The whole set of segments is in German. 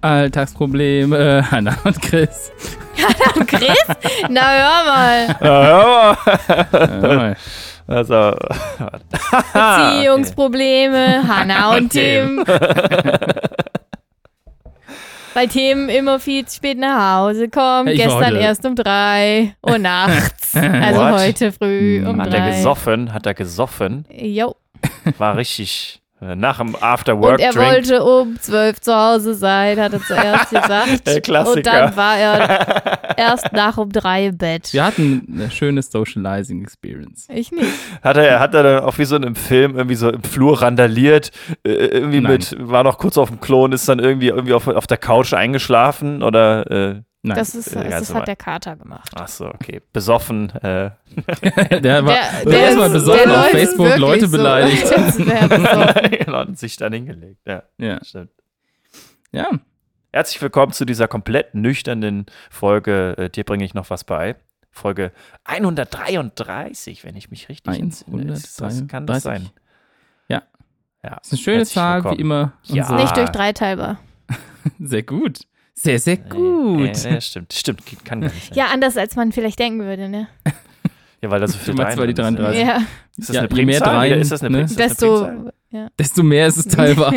Alltagsprobleme, Hannah und Chris. Hannah und Chris? Na, hör mal. Hör mal. Also, Beziehungsprobleme, Hannah und Tim. Weil Tim immer viel zu spät nach Hause kommt. Ich war Gestern heute- erst um 3 Uhr nachts. Also What? heute früh um 3. Hat er gesoffen? Jo. War richtig nach dem Und er After-Work-Drink. wollte um 12 zu Hause sein, hat er zuerst gesagt. Der Klassiker. Und dann war er erst nach um 3 im Bett. Wir hatten eine schöne Socializing-Experience. Ich nicht. Hat er dann auch wie so in einem Film irgendwie so im Flur randaliert, irgendwie Nein. war noch kurz auf dem Klo und ist dann irgendwie auf der Couch eingeschlafen oder Nein. Das also hat der Kater gemacht. ach so, okay. Besoffen. der war der erstmal ist- besoffen der auf läuft Facebook, wirklich Leute so. beleidigt. Der besoffen. Genau, und sich dann hingelegt. Ja, Ja. stimmt. Ja. Herzlich willkommen zu dieser komplett nüchternen Folge. Dir bringe ich noch was bei. Folge 133, wenn ich mich richtig entsinne. Kann das sein? Ja. Ja. Das ist eine schöne Herzlich Zahl, willkommen. wie immer. Ja. Unsere- Nicht durch 3 teilbar. Sehr gut. Sehr, sehr gut. Stimmt, kann gar nicht sein. Ja, anders als man vielleicht denken würde, ne? Ja, weil da so viel Du meinst, weil die drin sind. 33. Ja, Ist das Ja, eine je mehr Primzahl? Dreien, Ist das eine ne? Primzahl? desto. Ja. Desto mehr ist es teilbar.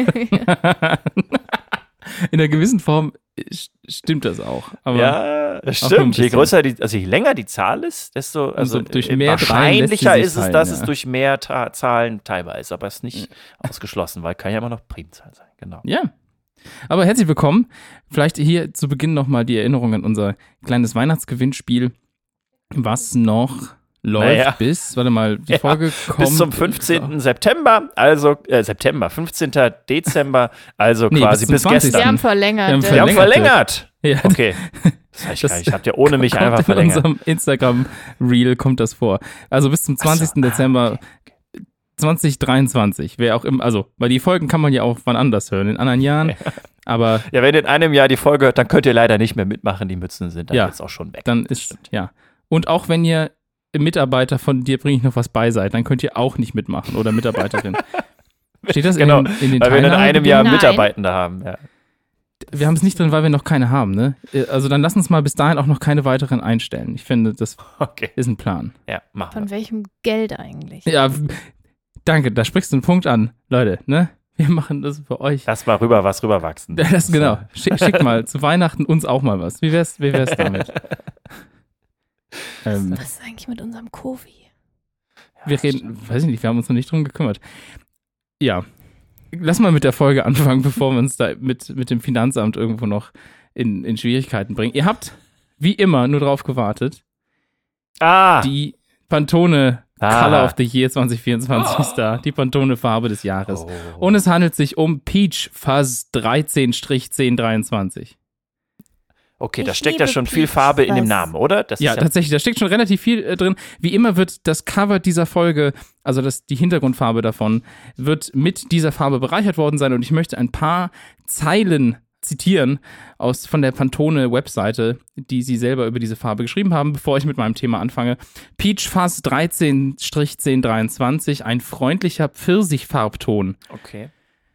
In einer gewissen Form stimmt das auch. Aber Ja, das auch nur ein stimmt. Je bisschen. größer also je länger die Zahl ist, desto durch mehr Dreien lässt sie wahrscheinlicher sich ist es, teilen, dass ja. es durch mehr Zahlen teilbar ist. Aber es ist nicht ausgeschlossen, weil kann ja immer noch Primzahl sein. Genau. ja. Aber herzlich willkommen. Vielleicht hier zu Beginn nochmal die Erinnerung an unser kleines Weihnachtsgewinnspiel, was noch läuft Naja. bis, warte mal, die Ja, Folge kommt. Bis zum 15. September, also 15. Dezember, also Nee, quasi bis zum bis 20.. gestern. Wir haben verlängert. Wir haben Wir haben verlängert. Ja, Okay. Das heißt, ich habt ja ohne mich kommt einfach in verlängert. unserem Instagram-Reel kommt das vor. Also bis zum 20. Dezember 2023. Wer auch immer, also, weil die Folgen kann man ja auch wann anders hören, in anderen Jahren. Aber Ja, wenn ihr in einem Jahr die Folge hört, dann könnt ihr leider nicht mehr mitmachen. Die Mützen sind dann Ja. jetzt auch schon weg. dann Das ist, stimmt. ja. Und auch wenn ihr Mitarbeiter von dir bringe ich noch was bei seid, dann könnt ihr auch nicht mitmachen oder Mitarbeiterin. Steht das Genau, in den Weil wir in einem Jahr Nein. Mitarbeitende haben. Ja. Wir haben es nicht drin, weil wir noch keine haben, ne? Also dann lass uns mal bis dahin auch noch keine weiteren einstellen. Ich finde, das Okay. ist ein Plan. Ja, machen Von wir. welchem Geld eigentlich? Ja, danke, da sprichst du einen Punkt an, Leute, ne? Wir machen das für euch. Lass mal rüber was rüberwachsen. Das, genau. Schickt mal zu Weihnachten uns auch mal was. Wie wär's damit? Was ist eigentlich mit unserem Kofi? Wir reden, weiß ich nicht, wir haben uns noch nicht drum gekümmert. Ja, lass mal mit der Folge anfangen, bevor wir uns da mit dem Finanzamt irgendwo noch in Schwierigkeiten bringen. Ihr habt, wie immer, nur drauf gewartet. Die Pantone Color of the Year 2024 ist da. Die Pantone Farbe des Jahres. Oh. Und es handelt sich um Peach Fuzz 13-1023. Okay, da Ich steckt ja liebe schon viel Peach Farbe in dem Fuzz. Namen, oder? Das Ja, ist tatsächlich, da steckt schon relativ viel drin. Wie immer wird das Cover dieser Folge, also die Hintergrundfarbe davon, wird mit dieser Farbe bereichert worden sein. Und ich möchte ein paar Zeilen zitieren von der Pantone-Webseite, die sie selber über diese Farbe geschrieben haben, bevor ich mit meinem Thema anfange. Peach Fuzz 13-1023, ein freundlicher Pfirsichfarbton. Okay.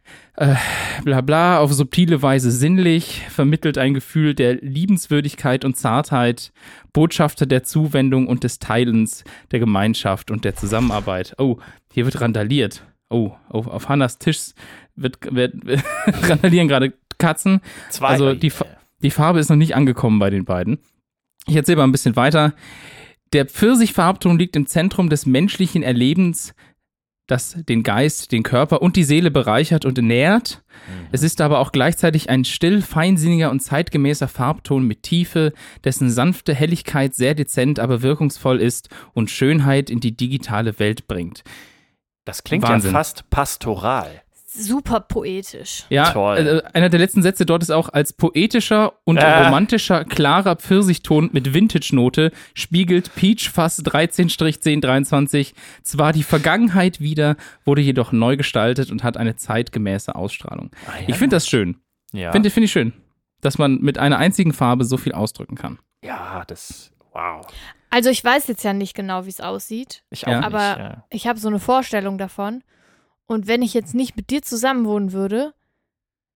Bla bla, auf subtile Weise sinnlich, vermittelt ein Gefühl der Liebenswürdigkeit und Zartheit, Botschafter der Zuwendung und des Teilens, der Gemeinschaft und der Zusammenarbeit. Oh, hier wird randaliert. Oh, auf Hannas Tisch wird randalieren gerade Katzen. Zwei. Also die Farbe ist noch nicht angekommen bei den beiden. Ich erzähle mal ein bisschen weiter. Der Pfirsichfarbton liegt im Zentrum des menschlichen Erlebens, das den Geist, den Körper und die Seele bereichert und nährt. Es ist aber auch gleichzeitig ein still, feinsinniger und zeitgemäßer Farbton mit Tiefe, dessen sanfte Helligkeit sehr dezent, aber wirkungsvoll ist und Schönheit in die digitale Welt bringt. Das klingt Wahnsinn. ja fast pastoral. Super poetisch. Ja, Toll. einer der letzten Sätze dort ist auch: als poetischer und romantischer, klarer Pfirsichton mit Vintage-Note spiegelt Peach Fuzz 13-1023 zwar die Vergangenheit wider, wurde jedoch neu gestaltet und hat eine zeitgemäße Ausstrahlung. Ja. Ich finde das schön. Ja. Finde ich schön, dass man mit einer einzigen Farbe so viel ausdrücken kann. Ja, wow. Also ich weiß jetzt ja nicht genau, wie es aussieht, Ich auch Ja. nicht. aber Ja. ich habe so eine Vorstellung davon. Und wenn ich jetzt nicht mit dir zusammen wohnen würde,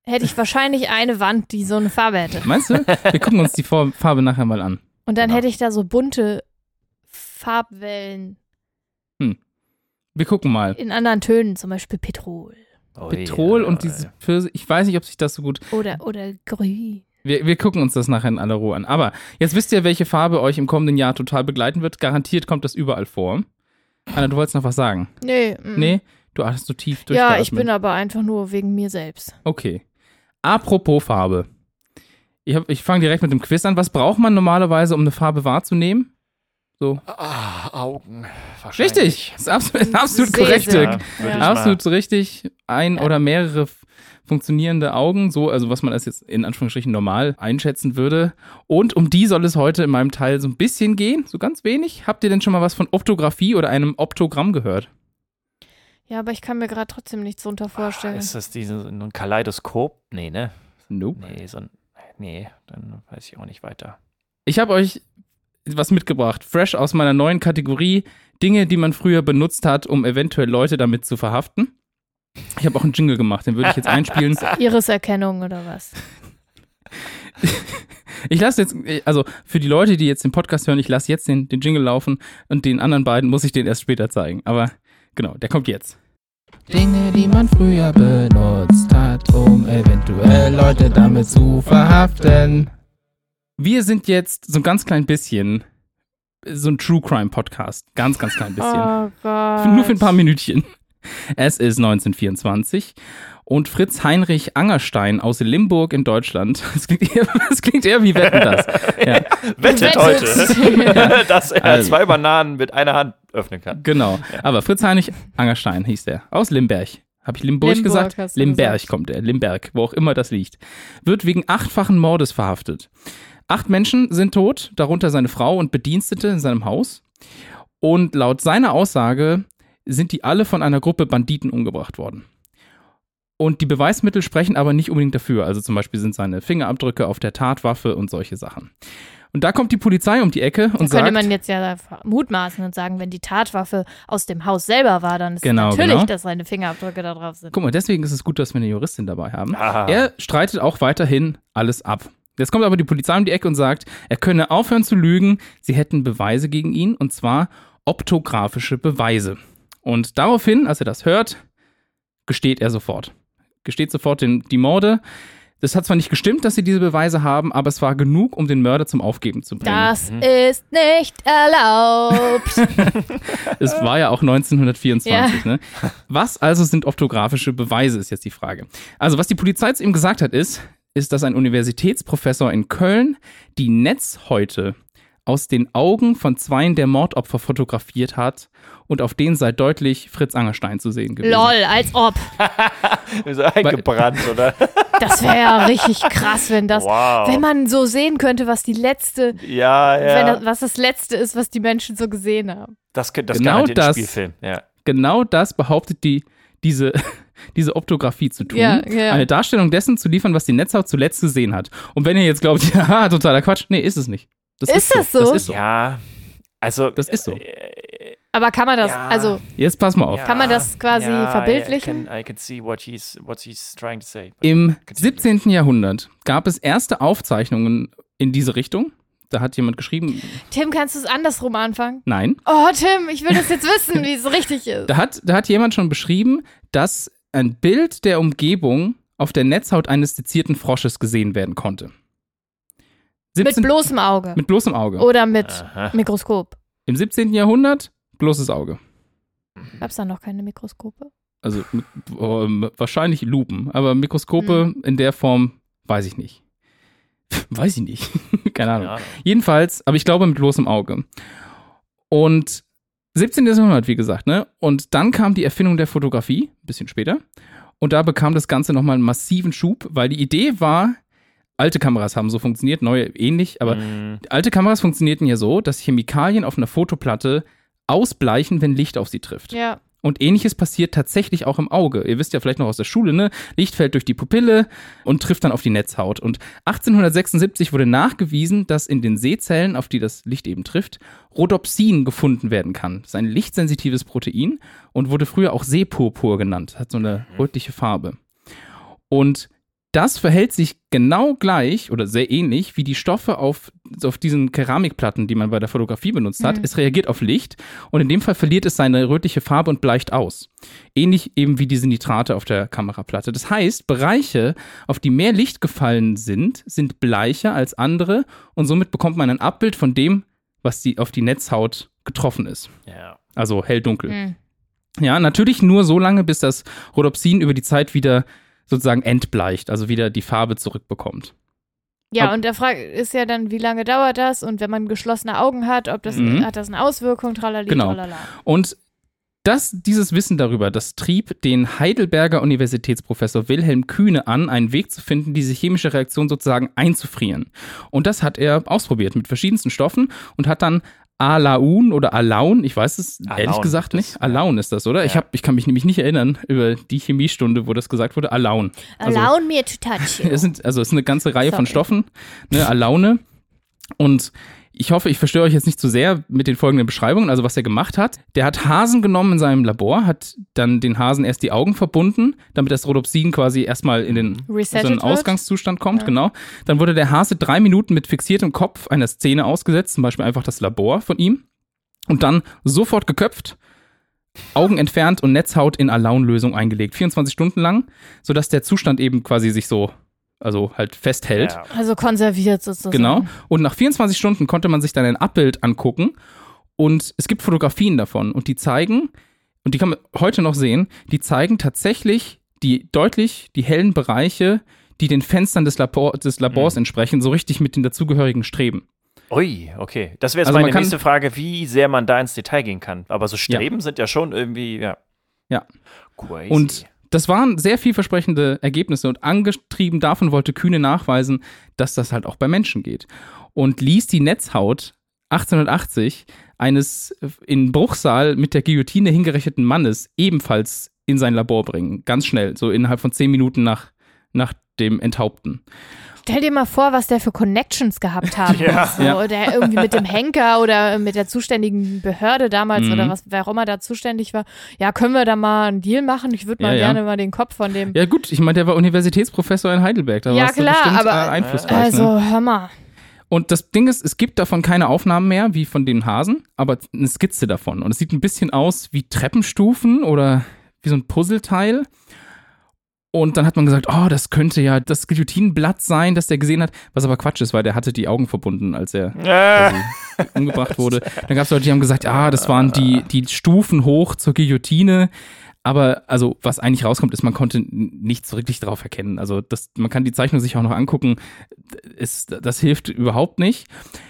hätte ich wahrscheinlich eine Wand, die so eine Farbe hätte. Meinst du? Wir gucken uns die Farbe nachher mal an. Und dann hätte ich da so bunte Farbwellen. Wir gucken mal. In anderen Tönen, zum Beispiel Petrol. Petrol und dieses Pfirsich. Ich weiß nicht, ob sich das so gut... Oder grün. Wir gucken uns das nachher in aller Ruhe an. Aber jetzt wisst ihr, welche Farbe euch im kommenden Jahr total begleiten wird. Garantiert kommt das überall vor. Anna, du wolltest noch was sagen? Nee. Nee? Du hast so tief durchgeatmet. Ja, ich bin aber einfach nur wegen mir selbst. Okay. Apropos Farbe. Ich fange direkt mit dem Quiz an. Was braucht man normalerweise, um eine Farbe wahrzunehmen? So. Augen. Wahrscheinlich. Richtig. Das ist absolut korrekt. Ja, absolut richtig. Ein oder mehrere funktionierende Augen, so, also was man als jetzt in Anführungsstrichen normal einschätzen würde. Und um die soll es heute in meinem Teil so ein bisschen gehen, so ganz wenig. Habt ihr denn schon mal was von Optographie oder einem Optogramm gehört? Ja, aber ich kann mir gerade trotzdem nichts drunter vorstellen. Ist das ein Kaleidoskop? Nee, ne? Nope. Nee, dann weiß ich auch nicht weiter. Ich habe euch was mitgebracht, fresh aus meiner neuen Kategorie, Dinge, die man früher benutzt hat, um eventuell Leute damit zu verhaften. Ich habe auch einen Jingle gemacht, den würde ich jetzt einspielen. Iriserkennung oder was? Ich lasse jetzt, also für die Leute, die jetzt den Podcast hören, ich lasse jetzt den Jingle laufen und den anderen beiden muss ich den erst später zeigen. Aber genau, der kommt jetzt. Dinge, die man früher benutzt hat, um eventuell Leute damit zu verhaften. Wir sind jetzt so ein ganz klein bisschen so ein True Crime Podcast. Ganz, ganz klein bisschen. Oh Gott. Nur für ein paar Minütchen. Es ist 1924 und Fritz Heinrich Angerstein aus Limburg in Deutschland. Das klingt eher wie Wetten, das. Ja. Wettet heute, dass er 2 Bananen mit einer Hand öffnen kann. Genau, aber Fritz Heinrich Angerstein hieß der. Aus Limberg. Habe ich Limburg gesagt? Limberg kommt er. Limberg, wo auch immer das liegt. Wird wegen 8-fachen Mordes verhaftet. 8 Menschen sind tot, darunter seine Frau und Bedienstete in seinem Haus. Und laut seiner Aussage sind die alle von einer Gruppe Banditen umgebracht worden. Und die Beweismittel sprechen aber nicht unbedingt dafür. Also zum Beispiel sind seine Fingerabdrücke auf der Tatwaffe und solche Sachen. Und da kommt die Polizei um die Ecke und sagt... könnte man jetzt ja mutmaßen und sagen, wenn die Tatwaffe aus dem Haus selber war, dann ist es natürlich, dass seine Fingerabdrücke da drauf sind. Guck mal, deswegen ist es gut, dass wir eine Juristin dabei haben. Er streitet auch weiterhin alles ab. Jetzt kommt aber die Polizei um die Ecke und sagt, er könne aufhören zu lügen, sie hätten Beweise gegen ihn, und zwar optografische Beweise. Und daraufhin, als er das hört, gesteht er sofort. Gesteht sofort die Morde. Das hat zwar nicht gestimmt, dass sie diese Beweise haben, aber es war genug, um den Mörder zum Aufgeben zu bringen. Das ist nicht erlaubt. Es war ja auch 1924, ne? Was also sind optografische Beweise, ist jetzt die Frage. Also, was die Polizei zu ihm gesagt hat, ist, dass ein Universitätsprofessor in Köln die Netzhäute aus den Augen von 2 der Mordopfer fotografiert hat und auf denen sei deutlich Fritz Angerstein zu sehen gewesen. Lol, als ob. So eingebrannt, oder? Das wäre ja richtig krass, wenn man so sehen könnte, was die letzte, was das Letzte ist, was die Menschen so gesehen haben. Das garantiert ein Spielfilm, ja. Genau das behauptet diese Optografie zu tun, eine Darstellung dessen zu liefern, was die Netzhaut zuletzt gesehen hat. Und wenn ihr jetzt glaubt, ja, totaler Quatsch, nee, ist es nicht. Das ist so? Das ist so. Ja, also. Das ist so. Aber kann man das, Jetzt pass mal auf. Kann man das quasi verbildlichen? I can see what he's trying to say. Im 17. Jahrhundert gab es erste Aufzeichnungen in diese Richtung. Da hat jemand geschrieben. Tim, kannst du es andersrum anfangen? Nein. Oh, Tim, ich will das jetzt wissen, wie es richtig ist. Da hat jemand schon beschrieben, dass ein Bild der Umgebung auf der Netzhaut eines sezierten Frosches gesehen werden konnte. Mit bloßem Auge. Mit bloßem Auge. Oder mit Mikroskop. Im 17. Jahrhundert bloßes Auge. Gab es da noch keine Mikroskope? Also wahrscheinlich Lupen, aber Mikroskope in der Form weiß ich nicht. Weiß ich nicht. Keine Ahnung. Ja. Jedenfalls, aber ich glaube mit bloßem Auge. Und 17. Jahrhundert, wie gesagt, ne? Und dann kam die Erfindung der Fotografie, ein bisschen später. Und da bekam das Ganze nochmal einen massiven Schub, weil die Idee war, alte Kameras haben so funktioniert, neue ähnlich, aber alte Kameras funktionierten ja so, dass Chemikalien auf einer Fotoplatte ausbleichen, wenn Licht auf sie trifft. Ja. Und Ähnliches passiert tatsächlich auch im Auge. Ihr wisst ja vielleicht noch aus der Schule, ne? Licht fällt durch die Pupille und trifft dann auf die Netzhaut. Und 1876 wurde nachgewiesen, dass in den Sehzellen, auf die das Licht eben trifft, Rhodopsin gefunden werden kann. Das ist ein lichtsensitives Protein und wurde früher auch Sehpurpur genannt. Hat so eine rötliche Farbe. Und das verhält sich genau gleich oder sehr ähnlich wie die Stoffe auf diesen Keramikplatten, die man bei der Fotografie benutzt hat. Es reagiert auf Licht und in dem Fall verliert es seine rötliche Farbe und bleicht aus. Ähnlich eben wie diese Nitrate auf der Kameraplatte. Das heißt, Bereiche, auf die mehr Licht gefallen sind bleicher als andere und somit bekommt man ein Abbild von dem, was auf die Netzhaut getroffen ist. Ja. Also hell-dunkel. Ja, natürlich nur so lange, bis das Rhodopsin über die Zeit wieder sozusagen entbleicht, also wieder die Farbe zurückbekommt. Ja, und der Frage ist ja dann, wie lange dauert das? Und wenn man geschlossene Augen hat, hat das eine Auswirkung, tralali, genau. tralala. Und dieses Wissen darüber, das trieb den Heidelberger Universitätsprofessor Wilhelm Kühne an, einen Weg zu finden, diese chemische Reaktion sozusagen einzufrieren. Und das hat er ausprobiert mit verschiedensten Stoffen und hat dann Alaun oder Alaun, ich weiß es ehrlich gesagt nicht. Alaun ist das, oder? Ja. Ich kann mich nämlich nicht erinnern über die Chemiestunde, wo das gesagt wurde. Alaun. Allow me to touch you. Es ist eine ganze Reihe von Stoffen, ne, Alaune. Und ich hoffe, ich verstöre euch jetzt nicht zu sehr mit den folgenden Beschreibungen. Also was er gemacht hat, der hat Hasen genommen in seinem Labor, hat dann den Hasen erst die Augen verbunden, damit das Rhodopsin quasi erstmal in so einen Ausgangszustand kommt. Ja. Genau. Dann wurde der Hase 3 Minuten mit fixiertem Kopf einer Szene ausgesetzt, zum Beispiel einfach das Labor von ihm. Und dann sofort geköpft, Augen entfernt und Netzhaut in Alaun-Lösung eingelegt. 24 Stunden lang, sodass der Zustand eben quasi sich so halt festhält. Ja. Also konserviert sozusagen. Genau. Und nach 24 Stunden konnte man sich dann ein Abbild angucken und es gibt Fotografien davon und die zeigen, und die kann man heute noch sehen, die zeigen tatsächlich deutlich die hellen Bereiche, die den Fenstern des Labors entsprechen, so richtig mit den dazugehörigen Streben. Ui, okay. Das wäre jetzt meine nächste Frage, wie sehr man da ins Detail gehen kann. Aber so Streben sind ja schon irgendwie, Ja. Crazy. Und das waren sehr vielversprechende Ergebnisse und angetrieben davon wollte Kühne nachweisen, dass das halt auch bei Menschen geht. Und ließ die Netzhaut 1880 eines in Bruchsal mit der Guillotine hingerichteten Mannes ebenfalls in sein Labor bringen. Ganz schnell, so innerhalb von 10 Minuten nach dem Enthaupten. Stell dir mal vor, was der für Connections gehabt haben. Der irgendwie mit dem Henker oder mit der zuständigen Behörde damals oder wer auch immer da zuständig war. Ja, können wir da mal einen Deal machen? Ich würde mal gerne mal den Kopf von dem. Ja gut, ich meine, der war Universitätsprofessor in Heidelberg. Da ja klar, aber einflussreich. Also hör mal. Und das Ding ist, es gibt davon keine Aufnahmen mehr, wie von den Hasen, aber eine Skizze davon. Und es sieht ein bisschen aus wie Treppenstufen oder wie so ein Puzzleteil. Und dann hat man gesagt, das könnte ja das Guillotinenblatt sein, das der gesehen hat, was aber Quatsch ist, weil der hatte die Augen verbunden, als er umgebracht wurde. Dann gab es Leute, die haben gesagt, das waren die Stufen hoch zur Guillotine. Aber also was eigentlich rauskommt, ist, man konnte nichts wirklich drauf erkennen. Also man kann die Zeichnung sich auch noch angucken. Das hilft überhaupt nicht.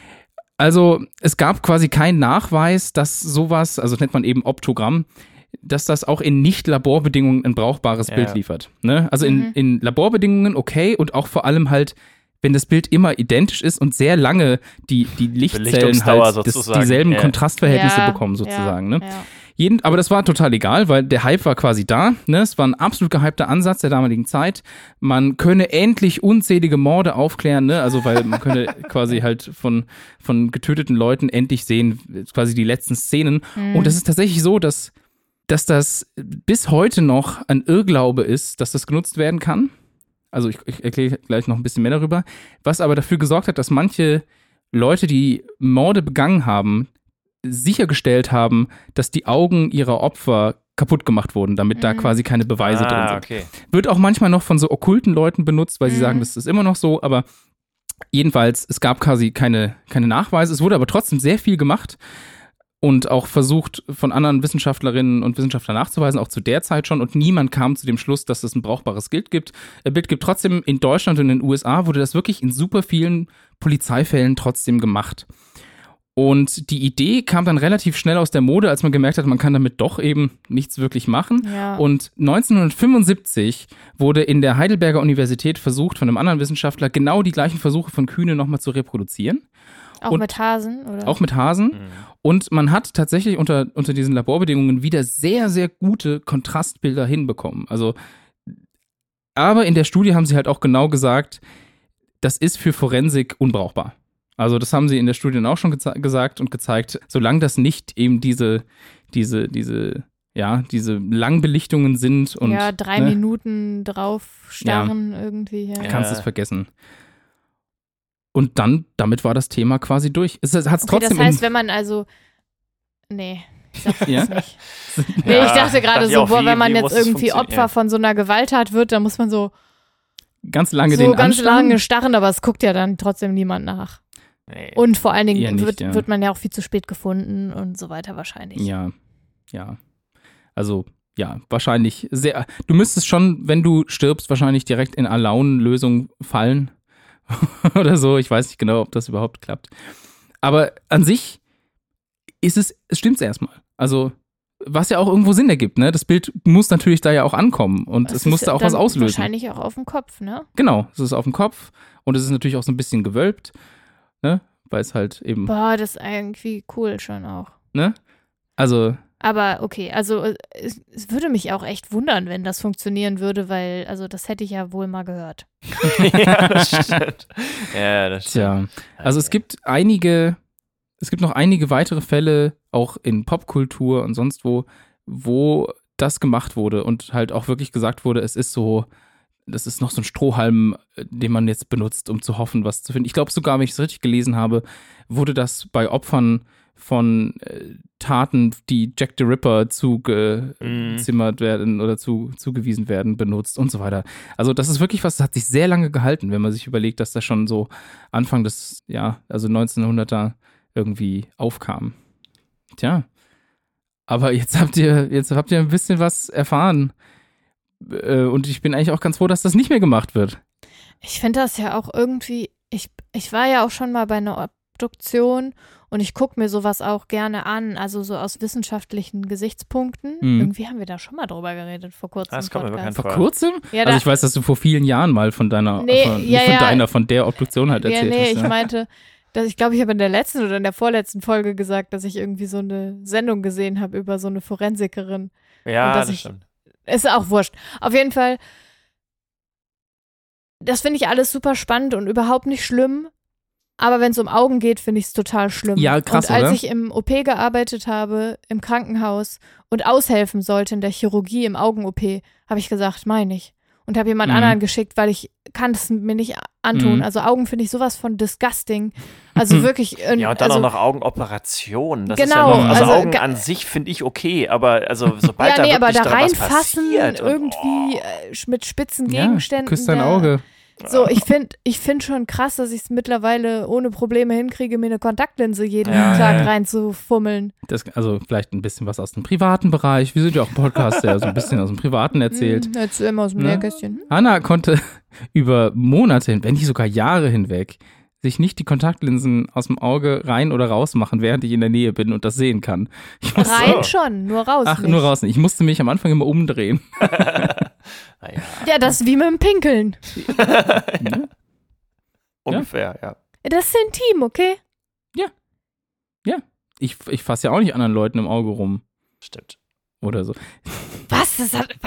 Also es gab quasi keinen Nachweis, dass sowas, also das nennt man eben Optogramm, dass das auch in Nicht-Laborbedingungen ein brauchbares Bild liefert. Ne? Also in Laborbedingungen okay und auch vor allem halt, wenn das Bild immer identisch ist und sehr lange die Lichtzellen halt dieselben Kontrastverhältnisse bekommen sozusagen. Ne? Ja. Aber das war total egal, weil der Hype war quasi da. Ne? Es war ein absolut gehypter Ansatz der damaligen Zeit. Man könne endlich unzählige Morde aufklären, ne? Also weil man könne quasi halt von getöteten Leuten endlich sehen, quasi die letzten Szenen. Und es ist tatsächlich so, dass das bis heute noch ein Irrglaube ist, dass das genutzt werden kann. Also ich erkläre gleich noch ein bisschen mehr darüber. Was aber dafür gesorgt hat, dass manche Leute, die Morde begangen haben, sichergestellt haben, dass die Augen ihrer Opfer kaputt gemacht wurden, damit da quasi keine Beweise drin sind. Okay. Wird auch manchmal noch von so okkulten Leuten benutzt, weil sie sagen, das ist immer noch so, aber jedenfalls, es gab quasi keine Nachweise. Es wurde aber trotzdem sehr viel gemacht. Und auch versucht, von anderen Wissenschaftlerinnen und Wissenschaftlern nachzuweisen, auch zu der Zeit schon. Und niemand kam zu dem Schluss, dass es ein brauchbares Bild gibt. Trotzdem in Deutschland und in den USA wurde das wirklich in super vielen Polizeifällen trotzdem gemacht. Und die Idee kam dann relativ schnell aus der Mode, als man gemerkt hat, man kann damit doch eben nichts wirklich machen. Ja. Und 1975 wurde in der Heidelberger Universität versucht, von einem anderen Wissenschaftler genau die gleichen Versuche von Kühne nochmal zu reproduzieren. Auch mit Hasen, oder? Auch mit Hasen. Und man hat tatsächlich unter diesen Laborbedingungen wieder sehr, sehr gute Kontrastbilder hinbekommen. Aber in der Studie haben sie halt auch genau gesagt, das ist für Forensik unbrauchbar. Also das haben sie in der Studie auch schon gesagt und gezeigt, solange das nicht eben diese diese Langbelichtungen sind und 3 Minuten drauf starren irgendwie. Ja. Kannst es vergessen. Und damit war das Thema quasi durch. Hat's trotzdem. Das heißt, wenn man nee, ich sag das nicht. Nee, ich dachte gerade so, wenn man jetzt irgendwie Opfer von so einer Gewalttat wird, dann muss man so ganz lange starren, aber es guckt ja dann trotzdem niemand nach. Nee. Und vor allen Dingen wird man ja auch viel zu spät gefunden und so weiter wahrscheinlich. Ja. Also, wahrscheinlich sehr. Du müsstest schon, wenn du stirbst, wahrscheinlich direkt in Alone-Lösung fallen. Oder so. Ich weiß nicht genau, ob das überhaupt klappt. Aber an sich es stimmt's erstmal. Also, was ja auch irgendwo Sinn ergibt, ne? Das Bild muss natürlich da ja auch ankommen und es musste auch was auslösen. Wahrscheinlich auch auf dem Kopf, ne? Genau, es ist auf dem Kopf und es ist natürlich auch so ein bisschen gewölbt, ne? Weil es halt eben. Boah, das ist irgendwie cool schon auch. Ne? Also. Aber okay, also es würde mich auch echt wundern, wenn das funktionieren würde, weil, das hätte ich ja wohl mal gehört. Ja, das stimmt. Tja, also es gibt noch einige weitere Fälle, auch in Popkultur und sonst wo das gemacht wurde und halt auch wirklich gesagt wurde, das ist noch so ein Strohhalm, den man jetzt benutzt, um zu hoffen, was zu finden. Ich glaube sogar, wenn ich es richtig gelesen habe, wurde das bei Opfern von Taten, die Jack the Ripper zugezimmert werden oder zugewiesen werden, benutzt und so weiter. Also das ist wirklich was, das hat sich sehr lange gehalten, wenn man sich überlegt, dass das schon so Anfang des, 1900er irgendwie aufkam. Tja, aber jetzt habt ihr ein bisschen was erfahren und ich bin eigentlich auch ganz froh, dass das nicht mehr gemacht wird. Ich finde das ja auch irgendwie, ich war ja auch schon mal bei einer Obduktion und ich gucke mir sowas auch gerne an, also so aus wissenschaftlichen Gesichtspunkten. Irgendwie haben wir da schon mal drüber geredet vor kurzem. Das kommt mir bekannt vor. Vor kurzem? Ja, also ich weiß, dass du vor vielen Jahren mal von der Obduktion halt erzählt hast. Ich meinte, ich glaube, ich habe in der letzten oder in der vorletzten Folge gesagt, dass ich irgendwie so eine Sendung gesehen habe über so eine Forensikerin. Ja, das stimmt. Ist auch wurscht. Auf jeden Fall, das finde ich alles super spannend und überhaupt nicht schlimm. Aber wenn es um Augen geht, finde ich es total schlimm. Ja, krass, und als oder? ich im OP gearbeitet habe, im Krankenhaus und aushelfen sollte in der Chirurgie im Augen-OP, habe ich gesagt, meine ich. Und habe jemand anderen geschickt, weil ich kann es mir nicht antun. Also Augen finde ich sowas von disgusting. Also wirklich. Ja, und dann auch noch Augenoperationen. Das genau, ist ja noch, Augen an sich finde ich okay, aber sobald da wirklich da reinfassen irgendwie mit spitzen Gegenständen. Küsst dein Auge. So, ich find schon krass, dass ich es mittlerweile ohne Probleme hinkriege, mir eine Kontaktlinse jeden Tag reinzufummeln. Also vielleicht ein bisschen was aus dem privaten Bereich. Wir sind ja auch ein Podcast, der so ein bisschen aus dem Privaten erzählt. Erzähl immer aus dem Nähkästchen. Anna konnte über Monate, wenn nicht sogar Jahre hinweg, sich nicht die Kontaktlinsen aus dem Auge rein oder raus machen, während ich in der Nähe bin und das sehen kann. Schon, nur raus Ach, nicht. nur raus nicht. Ich musste mich am Anfang immer umdrehen. Ja, das ist wie mit dem Pinkeln. Ungefähr, ja. Das ist intim, okay? Ja. Ich fasse ja auch nicht anderen Leuten im Auge rum. Stimmt. Oder so. Was?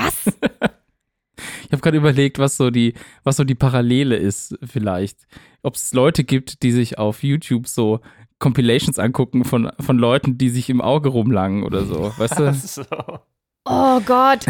Ich habe gerade überlegt, was so die Parallele ist vielleicht. Ob es Leute gibt, die sich auf YouTube so Compilations angucken von Leuten, die sich im Auge rumlangen oder so, weißt du? So. Oh Gott,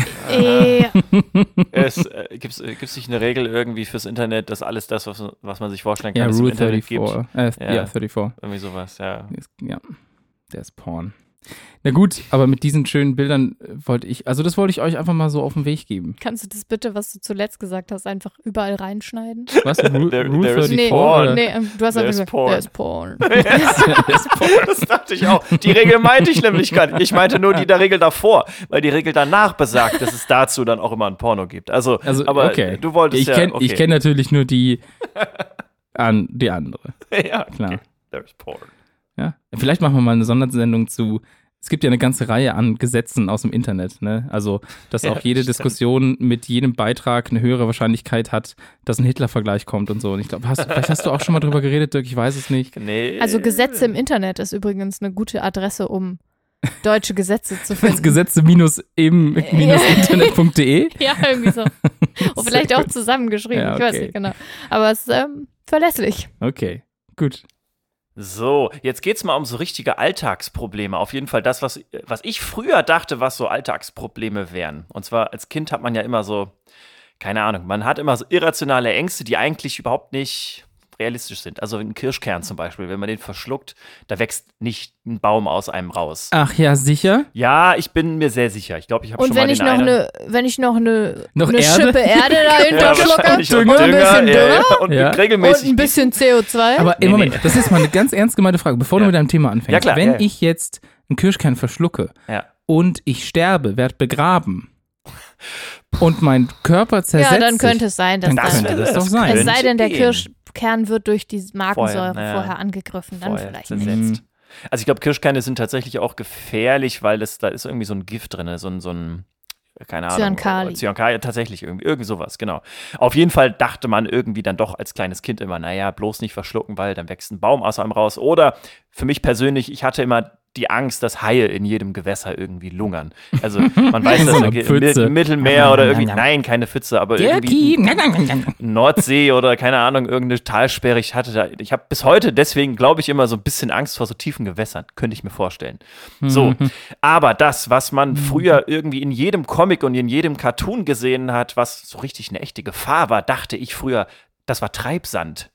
Gibt's nicht eine Regel irgendwie fürs Internet, dass alles das, was man sich vorstellen kann, ja, es Rule im Internet 34. gibt? Ja, 34. Irgendwie sowas, ja. Ja, der ist Porn. Na gut, aber mit diesen schönen Bildern wollte ich euch einfach mal so auf den Weg geben. Kannst du das bitte, was du zuletzt gesagt hast, einfach überall reinschneiden? Was? Rule 34? Nee, du hast einfach gesagt, der ist Porn. Das dachte ich auch. Die Regel meinte ich nämlich gar nicht. Ich meinte nur die der Regel davor, weil die Regel danach besagt, dass es dazu dann auch immer ein Porno gibt. Also aber okay. Du wolltest Ich kenne natürlich nur die andere. Ja, klar. Okay. There's Porn. Ja, vielleicht machen wir mal eine Sondersendung zu. Es gibt ja eine ganze Reihe an Gesetzen aus dem Internet, ne? Also, dass auch jede Diskussion mit jedem Beitrag eine höhere Wahrscheinlichkeit hat, dass ein Hitler-Vergleich kommt und so. Und ich glaube, vielleicht hast du auch schon mal drüber geredet, Dirk, ich weiß es nicht. Nee. Also Gesetze im Internet ist übrigens eine gute Adresse, um deutsche Gesetze zu finden. Gesetze-internet.de? Ja, irgendwie so. Und vielleicht auch zusammengeschrieben, ja, okay. Ich weiß nicht genau. Aber es ist verlässlich. Okay, gut. So, jetzt geht's mal um so richtige Alltagsprobleme. Auf jeden Fall das, was ich früher dachte, was so Alltagsprobleme wären. Und zwar als Kind hat man ja immer so, keine Ahnung, man hat immer so irrationale Ängste, die eigentlich überhaupt nicht realistisch sind. Also ein Kirschkern zum Beispiel, wenn man den verschluckt, da wächst nicht ein Baum aus einem raus. Ach ja, sicher? Ja, ich bin mir sehr sicher. Ich glaube, ich habe schon mal wenn ich noch eine Schippe Erde dahinter schlucke und ein bisschen Dünger und regelmäßig und ein bisschen CO2. Aber im Moment, das ist mal eine ganz ernst gemeinte Frage, bevor du mit deinem Thema anfängst. Ja, klar, wenn ich jetzt einen Kirschkern verschlucke und ich sterbe, werde begraben und mein Körper zersetzt sich, dann könnte es sein, dass dann könnte das doch sein. Es sei denn, der Kirschkern wird durch die Magensäure vorher angegriffen, dann vielleicht zersetzt. Also ich glaube, Kirschkerne sind tatsächlich auch gefährlich, weil da ist irgendwie so ein Gift drin, so ein keine Ahnung. Cyankali, tatsächlich irgendwie sowas, genau. Auf jeden Fall dachte man irgendwie dann doch als kleines Kind immer, naja, bloß nicht verschlucken, weil dann wächst ein Baum aus einem raus. Oder für mich persönlich, ich hatte immer die Angst, dass Haie in jedem Gewässer irgendwie lungern. Also man weiß, dass im Mittelmeer oder irgendwie, nein, keine Pfütze, aber irgendwie Nordsee oder keine Ahnung, irgendeine Talsperre. Ich habe bis heute deswegen, glaube ich, immer so ein bisschen Angst vor so tiefen Gewässern. Könnte ich mir vorstellen. So, aber das, was man früher irgendwie in jedem Comic und in jedem Cartoon gesehen hat, was so richtig eine echte Gefahr war, dachte ich früher, das war Treibsand.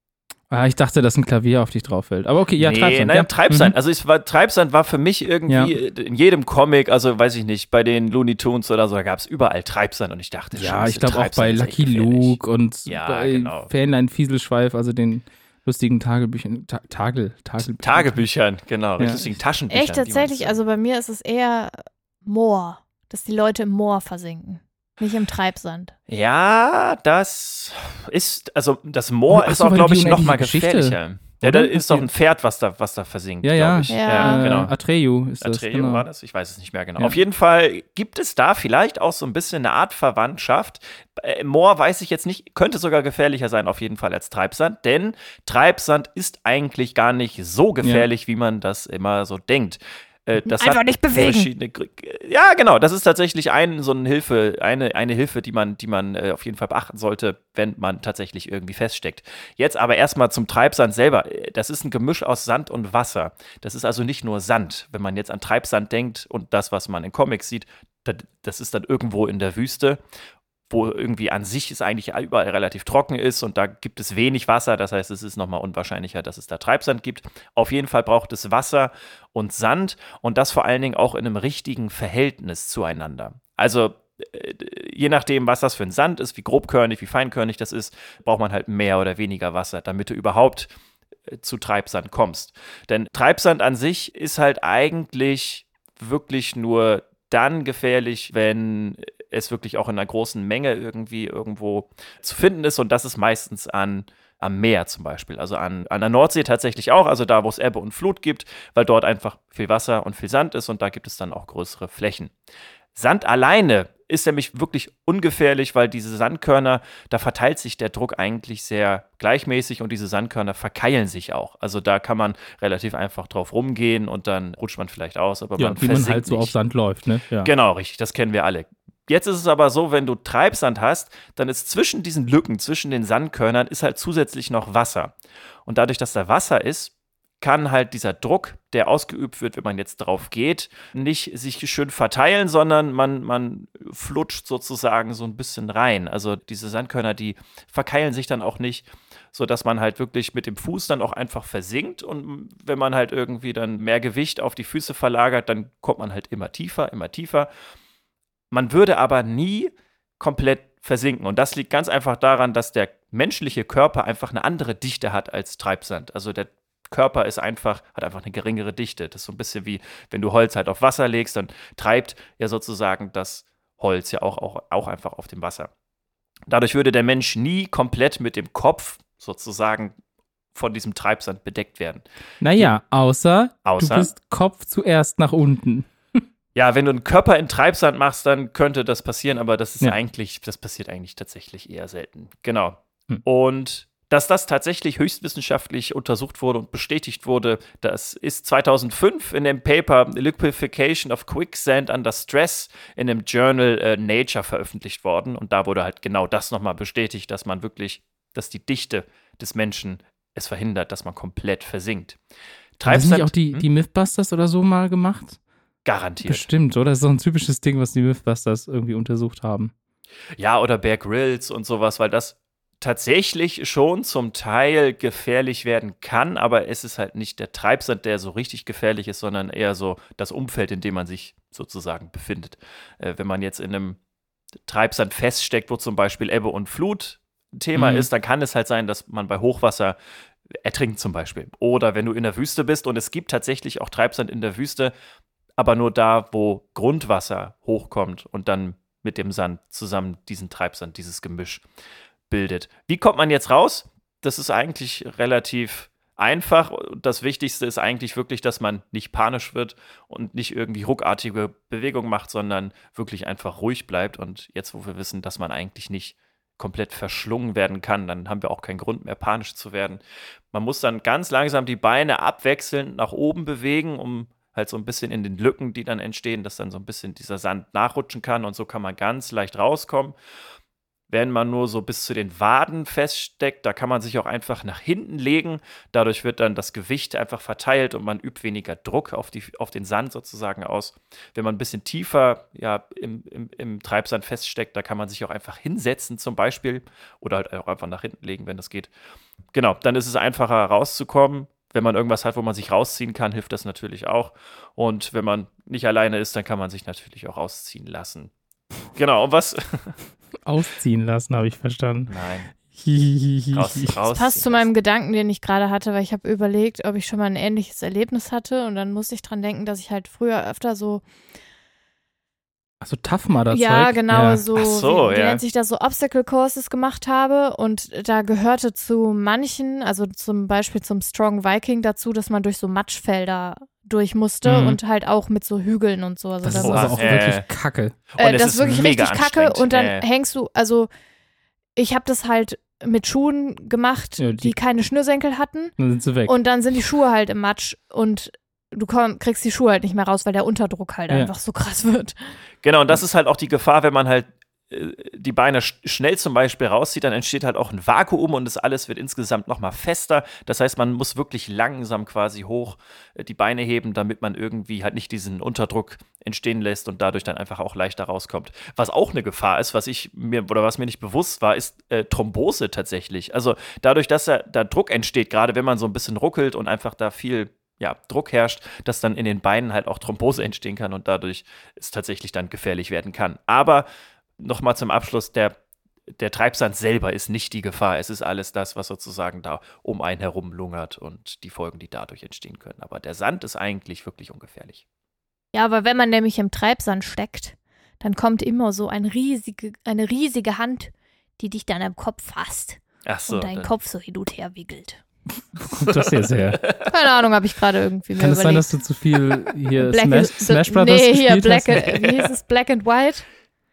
Ich dachte, dass ein Klavier auf dich drauf fällt. Aber okay, Treibsand. Nein, Treibsand. Also Treibsand war für mich irgendwie in jedem Comic, also weiß ich nicht, bei den Looney Tunes oder so, da gab es überall Treibsand und ich dachte schon, ich glaube auch bei Lucky Luke und bei Fähnlein Fieselschweif, also den lustigen Tagebüchern, Tagebüchern, genau, lustigen Taschenbüchern. Echt, tatsächlich, also bei mir ist es eher Moor, dass die Leute im Moor versinken. Nicht im Treibsand. Ja, das ist, also das Moor ist auch, glaube ich, noch mal gefährlicher. Ja, da ist doch ein Pferd, was da versinkt, glaube ich. Ja, genau. Atreyu ist das. Atreyu war das? Ich weiß es nicht mehr genau. Ja. Auf jeden Fall gibt es da vielleicht auch so ein bisschen eine Art Verwandtschaft. Moor weiß ich jetzt nicht, könnte sogar gefährlicher sein auf jeden Fall als Treibsand, denn Treibsand ist eigentlich gar nicht so gefährlich, wie man das immer so denkt. Das einfach nicht bewegen. Ja, genau. Das ist tatsächlich eine Hilfe, die man auf jeden Fall beachten sollte, wenn man tatsächlich irgendwie feststeckt. Jetzt aber erstmal zum Treibsand selber. Das ist ein Gemisch aus Sand und Wasser. Das ist also nicht nur Sand. Wenn man jetzt an Treibsand denkt und das, was man in Comics sieht, das ist dann irgendwo in der Wüste, wo irgendwie an sich es eigentlich überall relativ trocken ist und da gibt es wenig Wasser. Das heißt, es ist nochmal unwahrscheinlicher, dass es da Treibsand gibt. Auf jeden Fall braucht es Wasser und Sand und das vor allen Dingen auch in einem richtigen Verhältnis zueinander. Also je nachdem, was das für ein Sand ist, wie grobkörnig, wie feinkörnig das ist, braucht man halt mehr oder weniger Wasser, damit du überhaupt zu Treibsand kommst. Denn Treibsand an sich ist halt eigentlich wirklich nur dann gefährlich, wenn es wirklich auch in einer großen Menge irgendwo zu finden ist und das ist meistens am Meer zum Beispiel, also an der Nordsee tatsächlich auch, also da, wo es Ebbe und Flut gibt, weil dort einfach viel Wasser und viel Sand ist und da gibt es dann auch größere Flächen. Sand alleine ist nämlich wirklich ungefährlich, weil diese Sandkörner, da verteilt sich der Druck eigentlich sehr gleichmäßig und diese Sandkörner verkeilen sich auch. Also da kann man relativ einfach drauf rumgehen und dann rutscht man vielleicht aus, aber man versinkt wie man halt so nicht. auf Sand läuft, ne? Ja. Genau, richtig, das kennen wir alle. Jetzt ist es aber so, wenn du Treibsand hast, dann ist zwischen diesen Lücken, zwischen den Sandkörnern, ist halt zusätzlich noch Wasser. Und dadurch, dass da Wasser ist, kann halt dieser Druck, der ausgeübt wird, wenn man jetzt drauf geht, nicht sich schön verteilen, sondern man flutscht sozusagen so ein bisschen rein. Also diese Sandkörner, die verkeilen sich dann auch nicht, sodass man halt wirklich mit dem Fuß dann auch einfach versinkt. Und wenn man halt irgendwie dann mehr Gewicht auf die Füße verlagert, dann kommt man halt immer tiefer, immer tiefer. Man würde aber nie komplett versinken. Und das liegt ganz einfach daran, dass der menschliche Körper einfach eine andere Dichte hat als Treibsand. Also der Körper hat einfach eine geringere Dichte. Das ist so ein bisschen wie, wenn du Holz halt auf Wasser legst, dann treibt ja sozusagen das Holz ja auch einfach auf dem Wasser. Dadurch würde der Mensch nie komplett mit dem Kopf sozusagen von diesem Treibsand bedeckt werden. Naja, außer du bist Kopf zuerst nach unten. Ja, wenn du einen Körper in Treibsand machst, dann könnte das passieren, aber das passiert eigentlich tatsächlich eher selten. Genau. Und dass das tatsächlich höchstwissenschaftlich untersucht wurde und bestätigt wurde, das ist 2005 in dem Paper Liquefaction of Quicksand Under Stress in dem Journal Nature veröffentlicht worden. Und da wurde halt genau das nochmal bestätigt, dass die Dichte des Menschen es verhindert, dass man komplett versinkt. Haben das nicht auch die Mythbusters oder so mal gemacht? Garantiert. Bestimmt, oder? Das ist doch ein typisches Ding, was die Mythbusters irgendwie untersucht haben. Ja, oder Bear Grylls und sowas, weil das tatsächlich schon zum Teil gefährlich werden kann, aber es ist halt nicht der Treibsand, der so richtig gefährlich ist, sondern eher so das Umfeld, in dem man sich sozusagen befindet. Wenn man jetzt in einem Treibsand feststeckt, wo zum Beispiel Ebbe und Flut ein Thema ist, dann kann es halt sein, dass man bei Hochwasser ertrinkt zum Beispiel. Oder wenn du in der Wüste bist und es gibt tatsächlich auch Treibsand in der Wüste, aber nur da, wo Grundwasser hochkommt und dann mit dem Sand zusammen diesen Treibsand, dieses Gemisch bildet. Wie kommt man jetzt raus? Das ist eigentlich relativ einfach. Das Wichtigste ist eigentlich wirklich, dass man nicht panisch wird und nicht irgendwie ruckartige Bewegungen macht, sondern wirklich einfach ruhig bleibt. Und jetzt, wo wir wissen, dass man eigentlich nicht komplett verschlungen werden kann, dann haben wir auch keinen Grund mehr, panisch zu werden. Man muss dann ganz langsam die Beine abwechselnd nach oben bewegen, um halt so ein bisschen in den Lücken, die dann entstehen, dass dann so ein bisschen dieser Sand nachrutschen kann und so kann man ganz leicht rauskommen. Wenn man nur so bis zu den Waden feststeckt, da kann man sich auch einfach nach hinten legen. Dadurch wird dann das Gewicht einfach verteilt und man übt weniger Druck auf den Sand sozusagen aus. Wenn man ein bisschen tiefer im Treibsand feststeckt, da kann man sich auch einfach hinsetzen zum Beispiel oder halt auch einfach nach hinten legen, wenn das geht. Genau, dann ist es einfacher rauszukommen. Wenn man irgendwas hat, wo man sich rausziehen kann, hilft das natürlich auch. Und wenn man nicht alleine ist, dann kann man sich natürlich auch rausziehen lassen. Genau, und was? Ausziehen lassen, habe ich verstanden. Nein. Das passt zu meinem Gedanken, den ich gerade hatte, weil ich habe überlegt, ob ich schon mal ein ähnliches Erlebnis hatte und dann musste ich dran denken, dass ich halt früher öfter so Achso, Tough Mudder-Zeug? Ja, genau, ja. so, wie nennt sich das, so Obstacle Courses gemacht habe und da gehörte zu manchen, also zum Beispiel zum Strong Viking dazu, dass man durch so Matschfelder durch musste und halt auch mit so Hügeln und so. Also das ist also auch wirklich kacke. Und das ist wirklich richtig kacke und dann anstrengend. hängst du, also ich habe das halt mit Schuhen gemacht, Ja, die keine Schnürsenkel hatten. Dann sind sie weg. Und dann sind die Schuhe halt im Matsch und du kriegst die Schuhe halt nicht mehr raus, weil der Unterdruck halt einfach so krass wird. Genau, und das ist halt auch die Gefahr, wenn man halt die Beine schnell zum Beispiel rauszieht, dann entsteht halt auch ein Vakuum und das alles wird insgesamt nochmal fester. Das heißt, man muss wirklich langsam quasi hoch die Beine heben, damit man irgendwie halt nicht diesen Unterdruck entstehen lässt und dadurch dann einfach auch leichter rauskommt. Was auch eine Gefahr ist, was mir nicht bewusst war, ist Thrombose tatsächlich. Also dadurch, dass da Druck entsteht, gerade wenn man so ein bisschen ruckelt und einfach da viel Druck herrscht, dass dann in den Beinen halt auch Thrombose entstehen kann und dadurch es tatsächlich dann gefährlich werden kann. Aber nochmal zum Abschluss, der Treibsand selber ist nicht die Gefahr. Es ist alles das, was sozusagen da um einen herum lungert und die Folgen, die dadurch entstehen können. Aber der Sand ist eigentlich wirklich ungefährlich. Ja, aber wenn man nämlich im Treibsand steckt, dann kommt immer so eine riesige Hand, die dich dann am Kopf fasst und deinen Kopf so hin und her wickelt. Das hier sehr. Keine Ahnung, habe ich gerade irgendwie Kann es sein, dass du zu viel hier Smash Brothers gespielt hast? Wie hieß es? Black and White?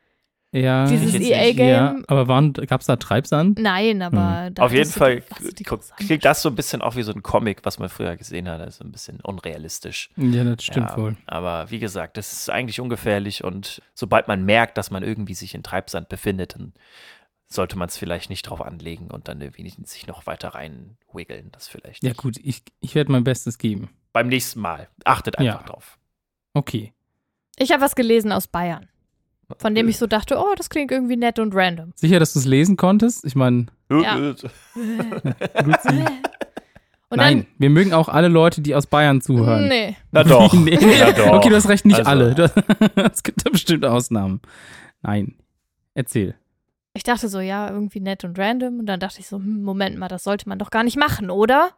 Ja. Dieses EA-Game. Ja, aber gab es da Treibsand? Nein, aber auf jeden Fall klingt das so ein bisschen auch wie so ein Comic, was man früher gesehen hat. Also ein bisschen unrealistisch. Ja, das stimmt wohl. Aber wie gesagt, das ist eigentlich ungefährlich und sobald man merkt, dass man irgendwie sich in Treibsand befindet, dann sollte man es vielleicht nicht drauf anlegen und dann irgendwie sich noch weiter reinwiggeln. Das vielleicht. Ja, gut, ich werde mein Bestes geben. Beim nächsten Mal. Achtet einfach drauf. Okay. Ich habe was gelesen aus Bayern, von dem ich so dachte, oh, das klingt irgendwie nett und random. Sicher, dass du es lesen konntest? Ich meine. Ja. Nein, wir mögen auch alle Leute, die aus Bayern zuhören. Nee. Na doch. Nee. Na doch. Okay, du hast recht, nicht Also. alle. Es gibt da bestimmt Ausnahmen. Nein. Erzähl. Ich dachte so, ja, irgendwie nett und random. Und dann dachte ich so, Moment mal, das sollte man doch gar nicht machen, oder?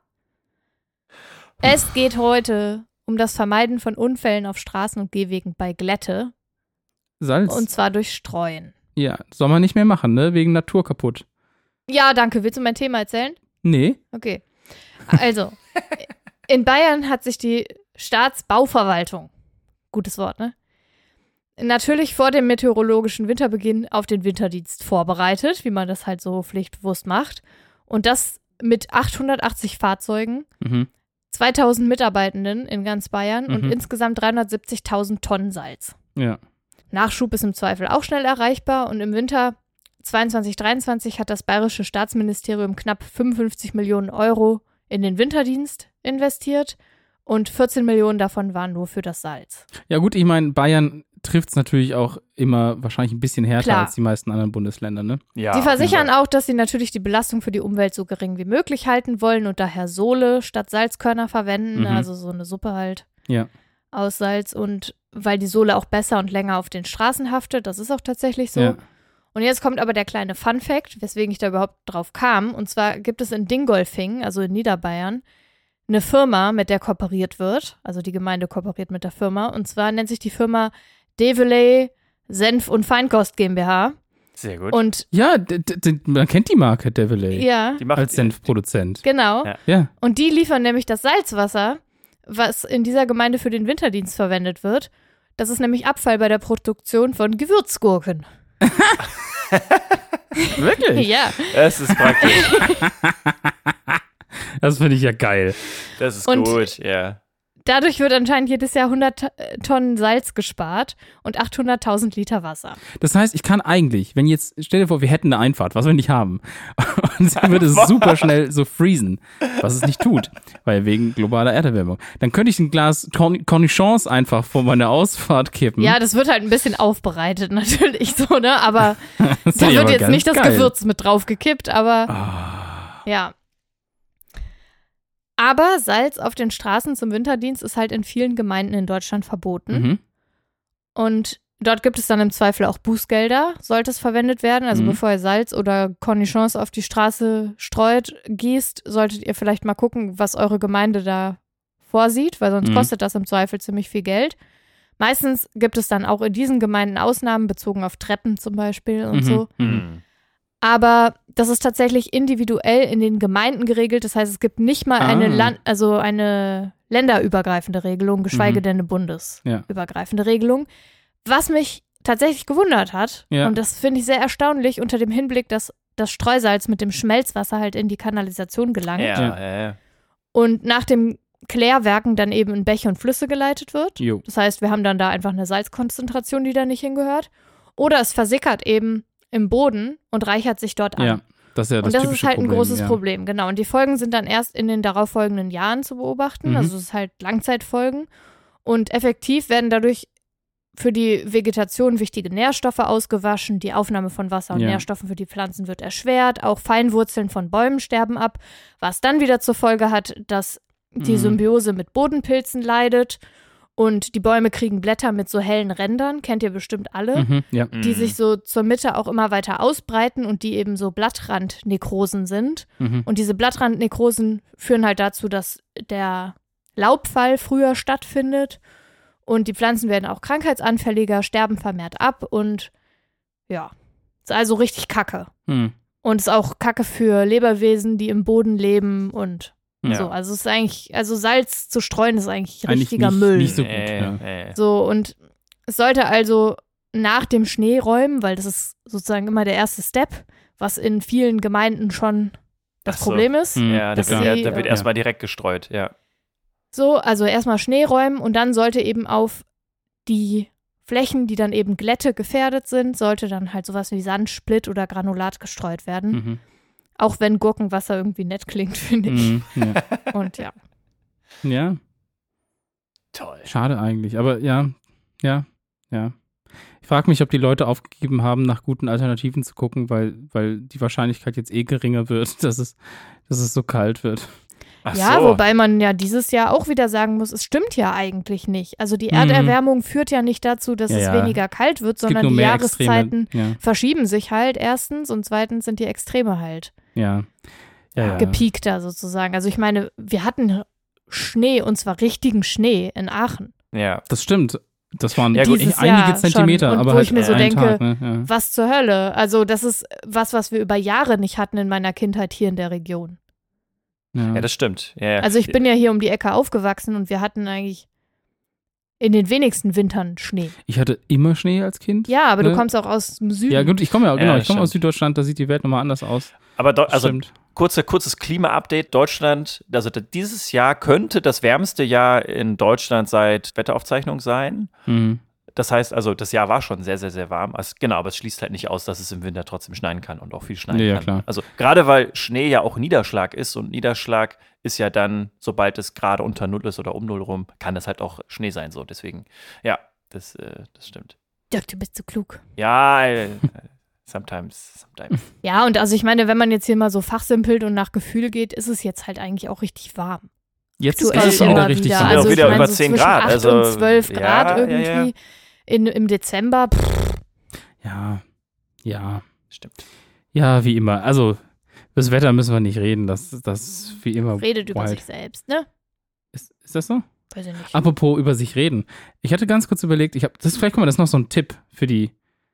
Es geht heute um das Vermeiden von Unfällen auf Straßen und Gehwegen bei Glätte. Salz. Und zwar durch Streuen. Ja, soll man nicht mehr machen, ne? Wegen Natur kaputt. Ja, danke. Willst du mein Thema erzählen? Nee. Okay. Also, in Bayern hat sich die Staatsbauverwaltung, gutes Wort, ne? Natürlich vor dem meteorologischen Winterbeginn auf den Winterdienst vorbereitet, wie man das halt so pflichtbewusst macht. Und das mit 880 Fahrzeugen, 2000 Mitarbeitenden in ganz Bayern und insgesamt 370.000 Tonnen Salz. Ja. Nachschub ist im Zweifel auch schnell erreichbar und im Winter 22/23 hat das Bayerische Staatsministerium knapp 55 Millionen Euro in den Winterdienst investiert und 14 Millionen davon waren nur für das Salz. Ja gut, ich meine, Bayern trifft es natürlich auch immer wahrscheinlich ein bisschen härter als die meisten anderen Bundesländer, ne? Ja, sie versichern auch, dass sie natürlich die Belastung für die Umwelt so gering wie möglich halten wollen und daher Sohle statt Salzkörner verwenden, also so eine Suppe halt aus Salz und weil die Sohle auch besser und länger auf den Straßen haftet, das ist auch tatsächlich so. Ja. Und jetzt kommt aber der kleine Fun-Fact, weswegen ich da überhaupt drauf kam, und zwar gibt es in Dingolfing, also in Niederbayern, eine Firma, mit der kooperiert wird, also die Gemeinde kooperiert mit der Firma, und zwar nennt sich die Firma Develey Senf- und Feinkost GmbH. Sehr gut. Und ja, man kennt die Marke Develey als Senfproduzent. Genau. Ja. Und die liefern nämlich das Salzwasser, was in dieser Gemeinde für den Winterdienst verwendet wird. Das ist nämlich Abfall bei der Produktion von Gewürzgurken. Wirklich? Ja. Das ist praktisch. Das finde ich ja geil. Das ist gut, ja. Dadurch wird anscheinend jedes Jahr 100 Tonnen Salz gespart und 800.000 Liter Wasser. Das heißt, ich kann eigentlich, wenn jetzt, stell dir vor, wir hätten eine Einfahrt, was wir nicht haben, und sie würde super schnell so freezen, was es nicht tut, weil wegen globaler Erderwärmung, dann könnte ich ein Glas Cornichons einfach vor meine Ausfahrt kippen. Ja, das wird halt ein bisschen aufbereitet natürlich so, ne, aber da wird jetzt nicht das Gewürz mit drauf gekippt, aber ja. Aber Salz auf den Straßen zum Winterdienst ist halt in vielen Gemeinden in Deutschland verboten. Und dort gibt es dann im Zweifel auch Bußgelder, sollte es verwendet werden. Also bevor ihr Salz oder Cornichons auf die Straße streut, gießt, solltet ihr vielleicht mal gucken, was eure Gemeinde da vorsieht, weil sonst kostet das im Zweifel ziemlich viel Geld. Meistens gibt es dann auch in diesen Gemeinden Ausnahmen, bezogen auf Treppen zum Beispiel und so. Aber das ist tatsächlich individuell in den Gemeinden geregelt. Das heißt, es gibt nicht mal eine länderübergreifende Regelung, geschweige denn eine bundesübergreifende Regelung. Was mich tatsächlich gewundert hat, und das finde ich sehr erstaunlich, unter dem Hinblick, dass das Streusalz mit dem Schmelzwasser halt in die Kanalisation gelangt. Und nach dem Klärwerken dann eben in Bäche und Flüsse geleitet wird. Das heißt, wir haben dann da einfach eine Salzkonzentration, die da nicht hingehört. Oder es versickert eben im Boden und reichert sich dort an. Ja, das ist ja das typische Problem. Und das ist halt ein großes Problem, genau. Und die Folgen sind dann erst in den darauffolgenden Jahren zu beobachten. Also es ist halt Langzeitfolgen. Und effektiv werden dadurch für die Vegetation wichtige Nährstoffe ausgewaschen. Die Aufnahme von Wasser und Nährstoffen für die Pflanzen wird erschwert. Auch Feinwurzeln von Bäumen sterben ab, was dann wieder zur Folge hat, dass die Symbiose mit Bodenpilzen leidet. Und die Bäume kriegen Blätter mit so hellen Rändern, kennt ihr bestimmt alle, die sich so zur Mitte auch immer weiter ausbreiten und die eben so Blattrandnekrosen sind. Und diese Blattrandnekrosen führen halt dazu, dass der Laubfall früher stattfindet und die Pflanzen werden auch krankheitsanfälliger, sterben vermehrt ab und ja, ist also richtig Kacke. Und ist auch Kacke für Lebewesen, die im Boden leben und so, also es ist eigentlich, also Salz zu streuen ist eigentlich richtiger Müll. Nicht so gut, So, und es sollte also nach dem Schneeräumen, weil das ist sozusagen immer der erste Step, was in vielen Gemeinden schon das Problem ist. Ja, da wird erstmal direkt gestreut, So, also erstmal Schneeräumen und dann sollte eben auf die Flächen, die dann eben Glätte gefährdet sind, sollte dann halt sowas wie Sand, Splitt oder Granulat gestreut werden. Auch wenn Gurkenwasser irgendwie nett klingt, finde ich. Und ja. Ja. Toll. Schade eigentlich, aber ja. Ich frage mich, ob die Leute aufgegeben haben, nach guten Alternativen zu gucken, weil die Wahrscheinlichkeit jetzt geringer wird, dass es so kalt wird. Ja, wobei man ja dieses Jahr auch wieder sagen muss, es stimmt ja eigentlich nicht. Also die Erderwärmung führt ja nicht dazu, dass es weniger kalt wird, sondern die Jahreszeiten verschieben sich halt erstens und zweitens sind die Extreme halt gepiekter sozusagen. Also ich meine, wir hatten Schnee und zwar richtigen Schnee in Aachen. Ja, das stimmt. Das waren dieses einige Zentimeter, schon. Und aber wo halt ich mir so denke, Tag, ne? was zur Hölle? Also das ist was wir über Jahre nicht hatten in meiner Kindheit hier in der Region. Ja, das stimmt. Ja. Also ich bin ja hier um die Ecke aufgewachsen und wir hatten eigentlich in den wenigsten Wintern Schnee. Ich hatte immer Schnee als Kind. Ja, aber du kommst auch aus dem Süden. Ja gut, ich komme aus Süddeutschland, da sieht die Welt nochmal anders aus. Aber kurzes Klima-Update. Deutschland, also dieses Jahr könnte das wärmste Jahr in Deutschland seit Wetteraufzeichnung sein. Das heißt also, das Jahr war schon sehr, sehr, sehr warm. Genau, aber es schließt halt nicht aus, dass es im Winter trotzdem schneien kann und auch viel schneien kann. Ja, klar. Also gerade weil Schnee ja auch Niederschlag ist und Niederschlag ist ja dann, sobald es gerade unter Null ist oder um Null rum, kann das halt auch Schnee sein. So, deswegen, ja, das stimmt. Dirk, du bist so klug. Ja, sometimes. Ja, und also ich meine, wenn man jetzt hier mal so fachsimpelt und nach Gefühl geht, ist es jetzt halt eigentlich auch richtig warm. Jetzt ist Aktuell es auch immer wieder richtig wieder. warm. Also wieder ich meine, über so 10 zwischen Grad. 8 Also, und 12 Grad ja, irgendwie im Dezember. Ja. Stimmt. Ja, wie immer. Also, das Wetter müssen wir nicht reden. Das ist wie immer Redet über wild. sich selbst, ne? Ist das so? Weiß ich nicht. Apropos über sich reden. Ich hatte ganz kurz überlegt, vielleicht, guck mal, das ist noch so ein Tipp für die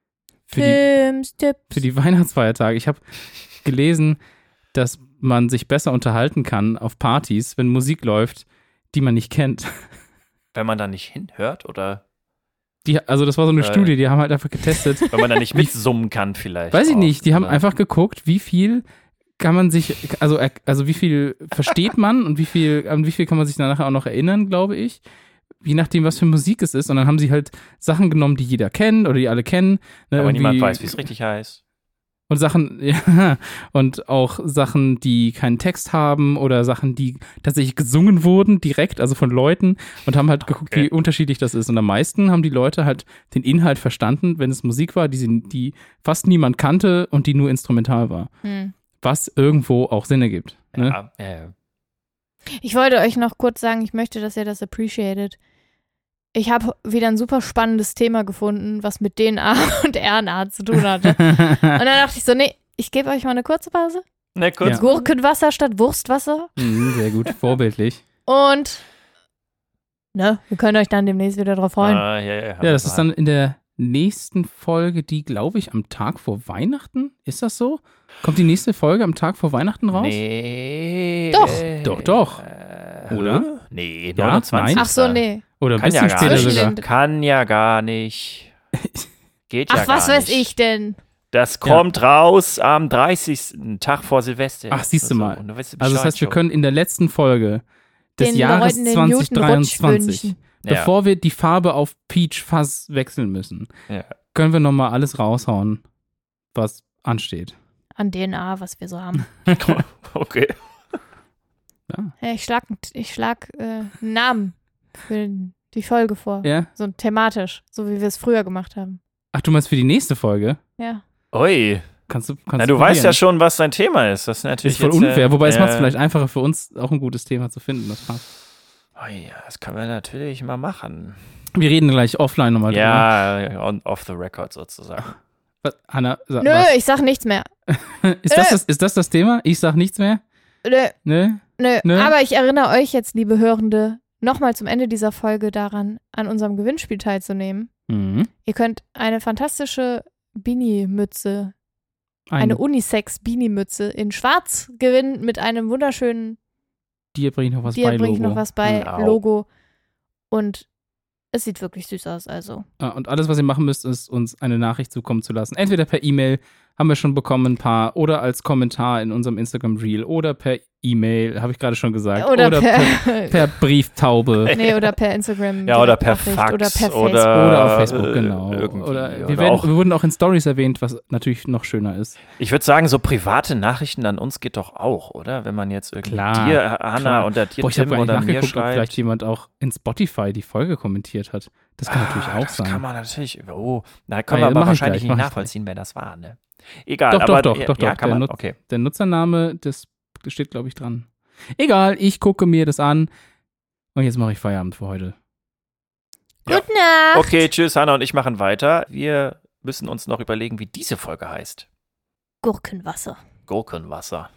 Weihnachtsfeiertage. Ich habe gelesen, dass man sich besser unterhalten kann auf Partys, wenn Musik läuft, die man nicht kennt. Wenn man da nicht hinhört oder Also das war so eine Studie, die haben halt einfach getestet. wenn man da nicht mitsummen kann vielleicht. Weiß ich auch, nicht, die haben oder? einfach geguckt, wie viel kann man sich, also wie viel versteht man und an wie viel kann man sich dann nachher auch noch erinnern, glaube ich. Je nachdem, was für Musik es ist. Und dann haben sie halt Sachen genommen, die jeder kennt oder die alle kennen. Ne, aber niemand weiß, wie es richtig heißt. Und Sachen, ja, und auch Sachen, die keinen Text haben oder Sachen, die tatsächlich gesungen wurden, direkt, also von Leuten, und haben halt geguckt, wie unterschiedlich das ist. Und am meisten haben die Leute halt den Inhalt verstanden, wenn es Musik war, die fast niemand kannte und die nur instrumental war. Was irgendwo auch Sinn ergibt. Ne? Ja. Ich wollte euch noch kurz sagen, ich möchte, dass ihr das appreciated. Ich habe wieder ein super spannendes Thema gefunden, was mit DNA und RNA zu tun hatte. Und dann dachte ich so, nee, ich gebe euch mal eine kurze Pause. Ne, kurz. Ja. Gurkenwasser statt Wurstwasser. Sehr gut, vorbildlich. Und wir können euch dann demnächst wieder drauf freuen. Ja, das ist dann in der nächsten Folge, die, glaube ich, am Tag vor Weihnachten, ist das so? Kommt die nächste Folge am Tag vor Weihnachten raus? Nee. Doch. Oder? Nee, Ja, 29. nein. Ach so, nee. Oder ein Kann bisschen ja gar später nicht. sogar. Kann ja gar nicht. Geht ja Ach, gar was nicht. weiß ich denn? Das kommt raus am 30. Tag vor Silvester. Ach, siehst du So, mal. und weißt du Also das Bescheid heißt, wir schon. können in der letzten Folge des Den Jahres Leuten den Newton-Rutsch 2023, wünschen. bevor wir die Farbe auf Peach Fuzz wechseln müssen, können wir nochmal alles raushauen, was ansteht. An DNA, was wir so haben. Okay. Ja. Ja, ich schlag einen Namen für die Folge vor. Ja? So thematisch, so wie wir es früher gemacht haben. Ach, du meinst für die nächste Folge? Ja. Ui. Kannst du Du weißt probieren. ja schon, was dein Thema ist. Das ist natürlich Ist voll jetzt, unfair, wobei es macht es vielleicht einfacher für uns, auch ein gutes Thema zu finden. Das passt. Oh ja, das können wir natürlich mal machen. Wir reden gleich offline nochmal drüber. Ja, off the record sozusagen. Was, Hanna, sag Nö, was. ich sag nichts mehr. Ist das das Thema? Ich sag nichts mehr? Nö. Nö. Aber ich erinnere euch jetzt, liebe Hörende, nochmal zum Ende dieser Folge daran, an unserem Gewinnspiel teilzunehmen. Mhm. Ihr könnt eine fantastische Beanie-Mütze, eine Unisex-Beanie-Mütze in schwarz gewinnen mit einem wunderschönen Dir bringe ich noch was Dir bei, bringe ich Logo. noch was bei Genau. Logo. Und es sieht wirklich süß aus, also. Und alles, was ihr machen müsst, ist, uns eine Nachricht zukommen zu lassen. Entweder per E-Mail, haben wir schon bekommen, ein paar, oder als Kommentar in unserem Instagram-Reel, oder per E-Mail, habe ich gerade schon gesagt. Oder per Brieftaube. Nee, oder per Instagram. Ja, oder per Direktnachricht Fax. Oder per Facebook. Oder auf Facebook, genau. irgendwie. Oder Oder wir wurden auch in Stories erwähnt, was natürlich noch schöner ist. Ich würde sagen, so private Nachrichten an uns geht doch auch, oder? Wenn man jetzt irgendwie Klar, dir, Hanna, klar. oder dir, Boah, ich habe Tim gar nicht oder mir nachgeguckt, ob vielleicht schreibt. jemand auch in Spotify die Folge kommentiert hat. Das kann natürlich auch das sein. kann man natürlich. Oh, da können Ja, wir aber mach ich wahrscheinlich gleich, nicht mach ich nachvollziehen, wer das war, ne? Egal, Doch, aber doch, ja, kann man. Der Okay. Der Nutzername, das steht, glaube ich, dran. Egal, ich gucke mir das an. Und jetzt mache ich Feierabend für heute. Ja. Gute Nacht. Okay, tschüss, Hanna und ich machen weiter. Wir müssen uns noch überlegen, wie diese Folge heißt. Gurkenwasser. Gurkenwasser.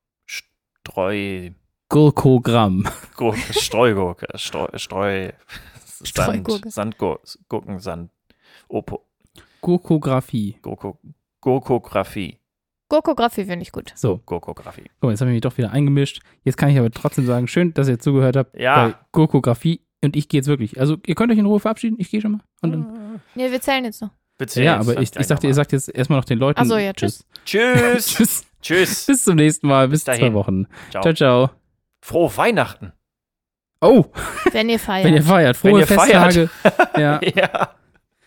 Gurkogramm. Streugurke. Streugurke. Gurkensand. Gurkografie. Gurkografie. Gurkografie finde ich gut. So, Gurkografie. guck mal, jetzt habe ich mich doch wieder eingemischt. Jetzt kann ich aber trotzdem sagen, schön, dass ihr zugehört habt Ja. bei Gurkografie. Und ich gehe jetzt wirklich. Also, ihr könnt euch in Ruhe verabschieden. Ich gehe schon mal. Und dann, Nee, wir zählen jetzt noch. ja, aber ich dachte, ihr sagt jetzt erstmal noch den Leuten. Ach so, ja, tschüss. Tschüss. Tschüss. Tschüss. Bis zum nächsten Mal. Bis dahin. 2 Wochen. Ciao. Ciao, ciao. Frohe Weihnachten. Oh, Wenn ihr feiert. wenn ihr feiert. Wenn Frohe ihr feiert. Festtage. Ja. Ja.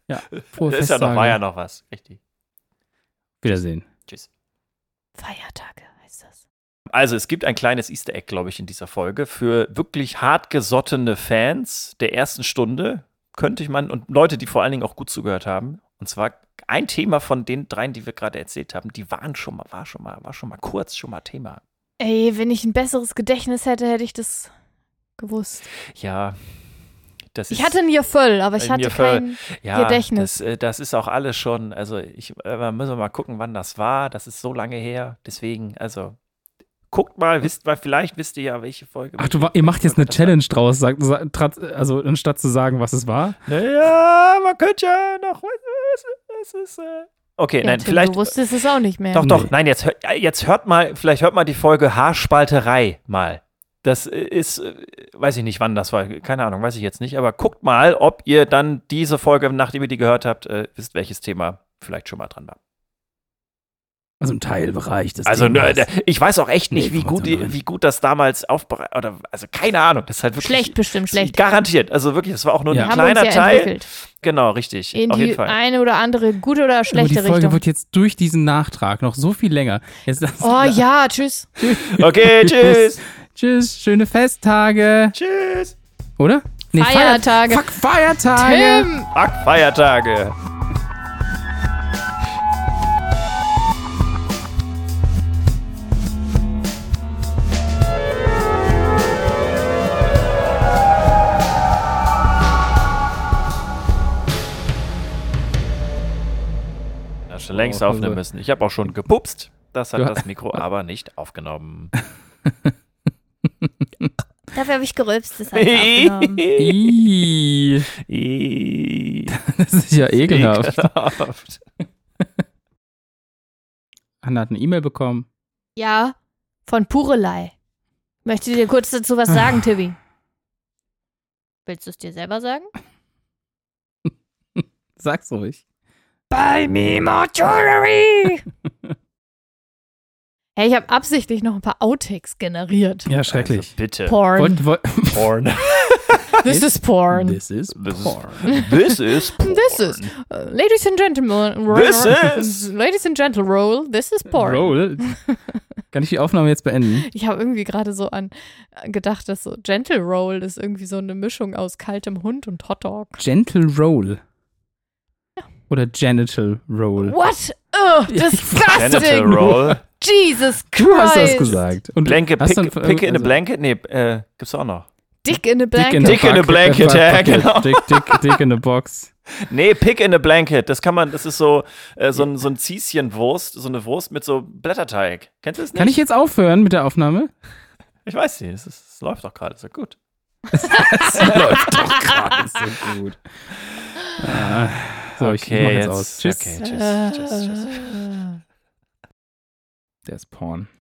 Ja, frohe Ist ja Festtage. war ja noch was. Richtig. Wiedersehen. Tschüss. Feiertage heißt das. Also es gibt ein kleines Easter Egg, glaube ich, in dieser Folge für wirklich hartgesottene Fans der ersten Stunde, und Leute, die vor allen Dingen auch gut zugehört haben. Und zwar ein Thema von den dreien, die wir gerade erzählt haben, die war schon mal Thema. Ey, wenn ich ein besseres Gedächtnis hätte, hätte ich das gewusst. Ja, das ist... Ich hatte nie voll, aber ich hatte kein Gedächtnis. Das ist auch alles schon, also müssen wir mal gucken, wann das war. Das ist so lange her. Deswegen, also guckt mal, vielleicht wisst ihr ja, welche Folge. Ach, ihr macht jetzt eine Challenge draus, also anstatt zu sagen, was es war? Naja, man könnte ja noch, was ist, okay, nein, Tim, vielleicht. Du wusstest es auch nicht mehr. Doch, nein, jetzt hört mal die Folge Haarspalterei mal. Das ist, weiß ich nicht, wann das war, keine Ahnung, weiß ich jetzt nicht, aber guckt mal, ob ihr dann diese Folge, nachdem ihr die gehört habt, wisst, welches Thema vielleicht schon mal dran war. Also ein Teilbereich des Also Themas. ich weiß auch echt nicht, wie gut das damals aufbereitet, oder, also keine Ahnung, das ist halt wirklich. Bestimmt schlecht. Garantiert, also wirklich, das war auch nur ein Haben kleiner uns ja Teil. entwickelt. Genau, richtig, In auf jeden die Fall. eine oder andere gute oder Aber schlechte die Folge Richtung. wird jetzt durch diesen Nachtrag noch so viel länger. Oh ja, tschüss. Okay, tschüss. Tschüss, schöne Festtage. Tschüss. Oder? Nee, Feiertage. Fuck, Feiertage. Tim! Ach, Feiertage. Schon längst aufnehmen müssen. Ich habe auch schon gepupst. Das hat das Mikro aber nicht aufgenommen. Dafür habe ich gerülpst, das hat aufgenommen. Das ist ja ekelhaft. Anna hat eine E-Mail bekommen. Ja, von Purelei. Möchte dir kurz dazu was sagen, Tibi? Willst du es dir selber sagen? Sag's ruhig. Buy me more jewelry! Hey, ich habe absichtlich noch ein paar Outtakes generiert. Ja, schrecklich. Also bitte. Porn. Porn. This is porn. This is porn. This is porn. This is, ladies and gentlemen. This is. Ladies and gentlemen, roll. This is porn. Roll. Kann ich die Aufnahme jetzt beenden? Ich habe irgendwie gerade so gedacht, dass so Gentle Roll ist irgendwie so eine Mischung aus kaltem Hund und Hotdog. Gentle Roll. Oder Genital Roll. What? Ugh, disgusting. Genital Roll. Jesus Christ. Du hast das gesagt. Und Blanket, hast Pick in a Blanket? Nee, gibt's auch noch. Dick in a Blanket. Dick in a Blanket, ja, genau. Dick in a Box. Nee, Pick in a Blanket. Das ist so ein Zieschenwurst, so eine Wurst mit so Blätterteig. Kennst du das nicht? Kann ich jetzt aufhören mit der Aufnahme? Ich weiß nicht, es läuft doch gerade, ist ja gut. Es läuft doch gerade so gut. So, ich mach jetzt aus. Tschüss. Okay, tschüss. Der ist Porn.